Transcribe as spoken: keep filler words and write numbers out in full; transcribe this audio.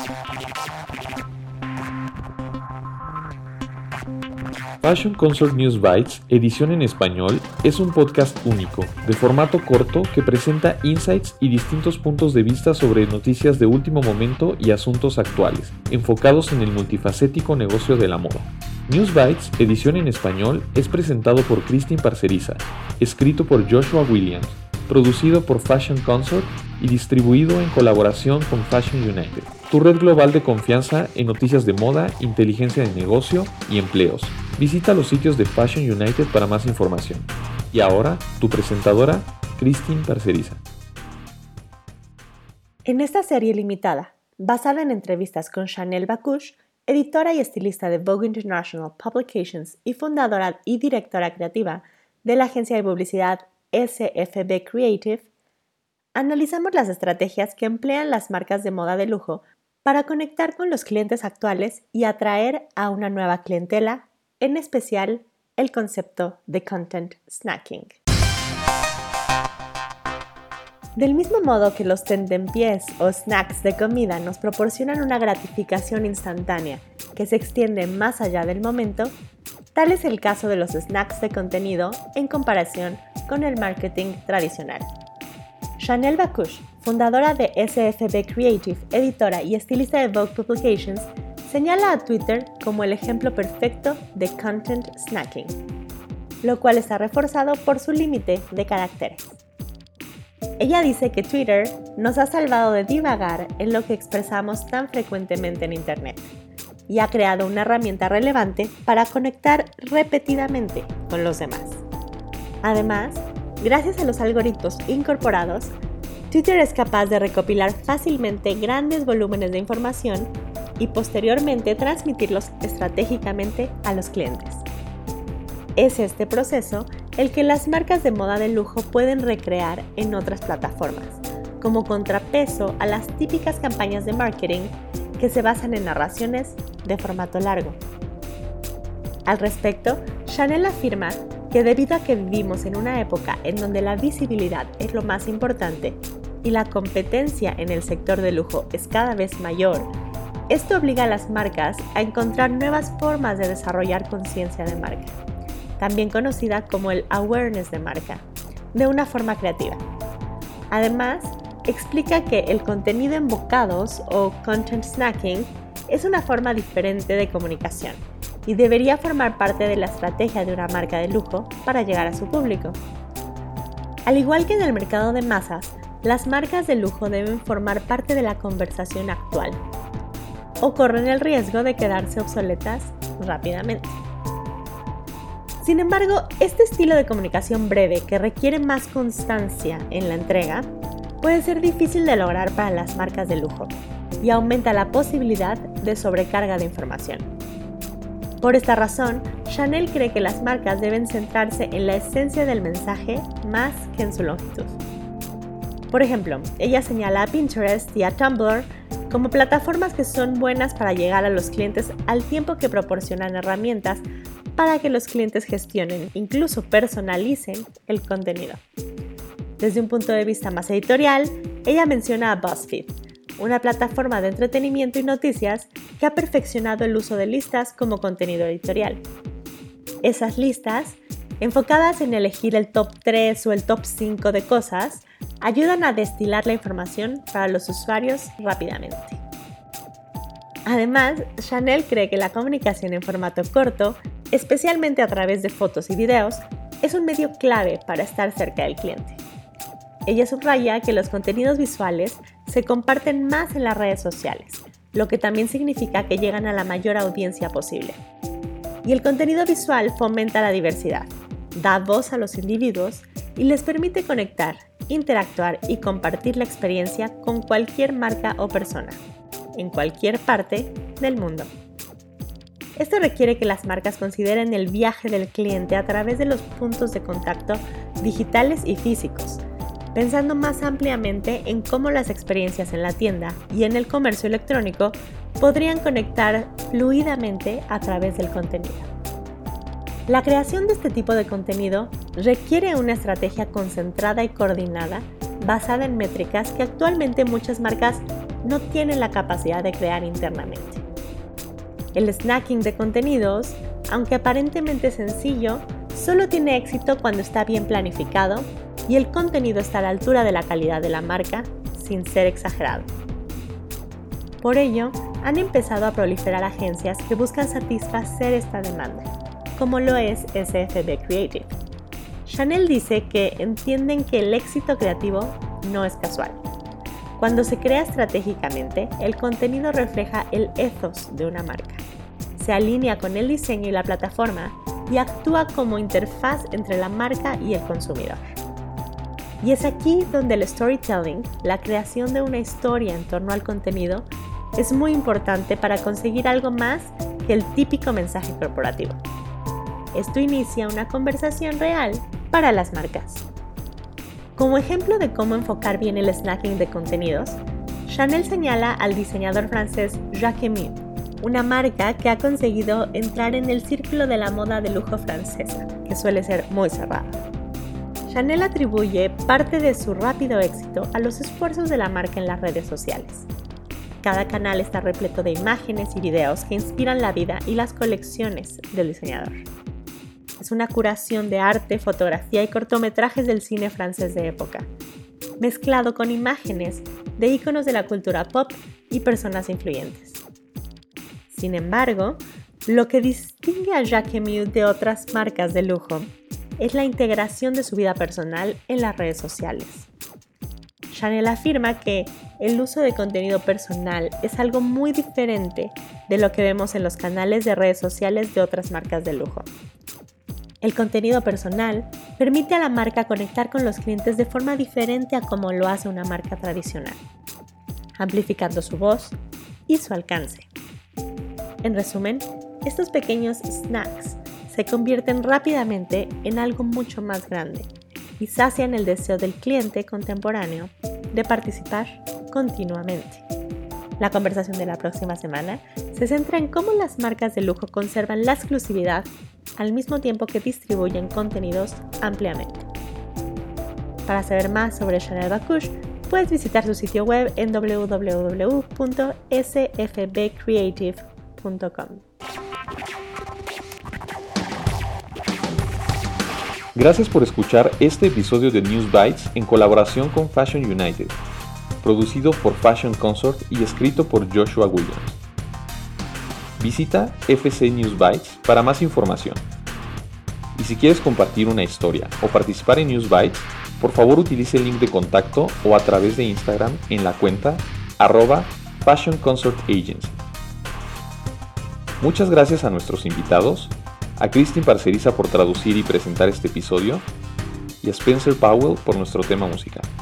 Fashion Consort News Bites, edición en español, es un podcast único, de formato corto que presenta insights y distintos puntos de vista sobre noticias de último momento y asuntos actuales, enfocados en el multifacético negocio de la moda. News Bites, edición en español, es presentado por Christine Parceriza, escrito por Joshua Williams, producido por Fashion Consort y distribuido en colaboración con Fashion United, tu red global de confianza en noticias de moda, inteligencia de negocio y empleos. Visita los sitios de Fashion United para más información. Y ahora, tu presentadora, Christine Parceriza. En esta serie limitada, basada en entrevistas con Chanel Bakush, editora y estilista de Vogue International Publications y fundadora y directora creativa de la agencia de publicidad S F B Creative, analizamos las estrategias que emplean las marcas de moda de lujo para conectar con los clientes actuales y atraer a una nueva clientela, en especial el concepto de content snacking. Del mismo modo que los tentempiés o snacks de comida nos proporcionan una gratificación instantánea que se extiende más allá del momento, tal es el caso de los snacks de contenido en comparación con el marketing tradicional. Chanel Bakush, fundadora de S F B Creative, editora y estilista de Vogue Publications, señala a Twitter como el ejemplo perfecto de content snacking, lo cual está reforzado por su límite de caracteres. Ella dice que Twitter nos ha salvado de divagar en lo que expresamos tan frecuentemente en Internet y ha creado una herramienta relevante para conectar repetidamente con los demás. Además, gracias a los algoritmos incorporados, Twitter es capaz de recopilar fácilmente grandes volúmenes de información y posteriormente transmitirlos estratégicamente a los clientes. Es este proceso el que las marcas de moda de lujo pueden recrear en otras plataformas, como contrapeso a las típicas campañas de marketing que se basan en narraciones de formato largo. Al respecto, Chanel afirma que debido a que vivimos en una época en donde la visibilidad es lo más importante y la competencia en el sector de lujo es cada vez mayor, esto obliga a las marcas a encontrar nuevas formas de desarrollar conciencia de marca, también conocida como el awareness de marca, de una forma creativa. Además, explica que el contenido en bocados o content snacking es una forma diferente de comunicación y debería formar parte de la estrategia de una marca de lujo para llegar a su público. Al igual que en el mercado de masas, las marcas de lujo deben formar parte de la conversación actual o corren el riesgo de quedarse obsoletas rápidamente. Sin embargo, este estilo de comunicación breve que requiere más constancia en la entrega puede ser difícil de lograr para las marcas de lujo y aumenta la posibilidad de sobrecarga de información. Por esta razón, Chanel cree que las marcas deben centrarse en la esencia del mensaje más que en su longitud. Por ejemplo, ella señala a Pinterest y a Tumblr como plataformas que son buenas para llegar a los clientes al tiempo que proporcionan herramientas para que los clientes gestionen, incluso personalicen, el contenido. Desde un punto de vista más editorial, ella menciona a BuzzFeed, una plataforma de entretenimiento y noticias que ha perfeccionado el uso de listas como contenido editorial. Esas listas, enfocadas en elegir el top tres o el top cinco de cosas, ayudan a destilar la información para los usuarios rápidamente. Además, Chanel cree que la comunicación en formato corto, especialmente a través de fotos y videos, es un medio clave para estar cerca del cliente. Ella subraya que los contenidos visuales se comparten más en las redes sociales, lo que también significa que llegan a la mayor audiencia posible. Y el contenido visual fomenta la diversidad, da voz a los individuos y les permite conectar, interactuar y compartir la experiencia con cualquier marca o persona, en cualquier parte del mundo. Esto requiere que las marcas consideren el viaje del cliente a través de los puntos de contacto digitales y físicos, pensando más ampliamente en cómo las experiencias en la tienda y en el comercio electrónico podrían conectar fluidamente a través del contenido. La creación de este tipo de contenido requiere una estrategia concentrada y coordinada basada en métricas que actualmente muchas marcas no tienen la capacidad de crear internamente. El snacking de contenidos, aunque aparentemente sencillo, solo tiene éxito cuando está bien planificado y el contenido está a la altura de la calidad de la marca sin ser exagerado. Por ello, han empezado a proliferar agencias que buscan satisfacer esta demanda, como lo es S F B Creative. Chanel dice que entienden que el éxito creativo no es casual. Cuando se crea estratégicamente, el contenido refleja el ethos de una marca. Se alinea con el diseño y la plataforma y actúa como interfaz entre la marca y el consumidor. Y es aquí donde el storytelling, la creación de una historia en torno al contenido, es muy importante para conseguir algo más que el típico mensaje corporativo. Esto inicia una conversación real para las marcas. Como ejemplo de cómo enfocar bien el snacking de contenidos, Chanel señala al diseñador francés Jacquemus, una marca que ha conseguido entrar en el círculo de la moda de lujo francesa, que suele ser muy cerrado. Chanel atribuye parte de su rápido éxito a los esfuerzos de la marca en las redes sociales. Cada canal está repleto de imágenes y videos que inspiran la vida y las colecciones del diseñador. Es una curación de arte, fotografía y cortometrajes del cine francés de época, mezclado con imágenes de íconos de la cultura pop y personas influyentes. Sin embargo, lo que distingue a Jacquemus de otras marcas de lujo es la integración de su vida personal en las redes sociales. Chanel afirma que el uso de contenido personal es algo muy diferente de lo que vemos en los canales de redes sociales de otras marcas de lujo. El contenido personal permite a la marca conectar con los clientes de forma diferente a como lo hace una marca tradicional, amplificando su voz y su alcance. En resumen, estos pequeños snacks se convierten rápidamente en algo mucho más grande y sacian el deseo del cliente contemporáneo de participar continuamente. La conversación de la próxima semana se centra en cómo las marcas de lujo conservan la exclusividad al mismo tiempo que distribuyen contenidos ampliamente. Para saber más sobre Chanel Bacchus, puedes visitar su sitio web en w w w punto s f b creative punto com. Gracias por escuchar este episodio de News Bites en colaboración con Fashion United, producido por Fashion Consort y escrito por Joshua Williams. Visita F C News Bites para más información. Y si quieres compartir una historia o participar en News Bites, por favor utilice el link de contacto o a través de Instagram en la cuenta arroba Fashion Consort Agency. Muchas gracias a nuestros invitados, a Christine Parceriza por traducir y presentar este episodio, y a Spencer Powell por nuestro tema musical.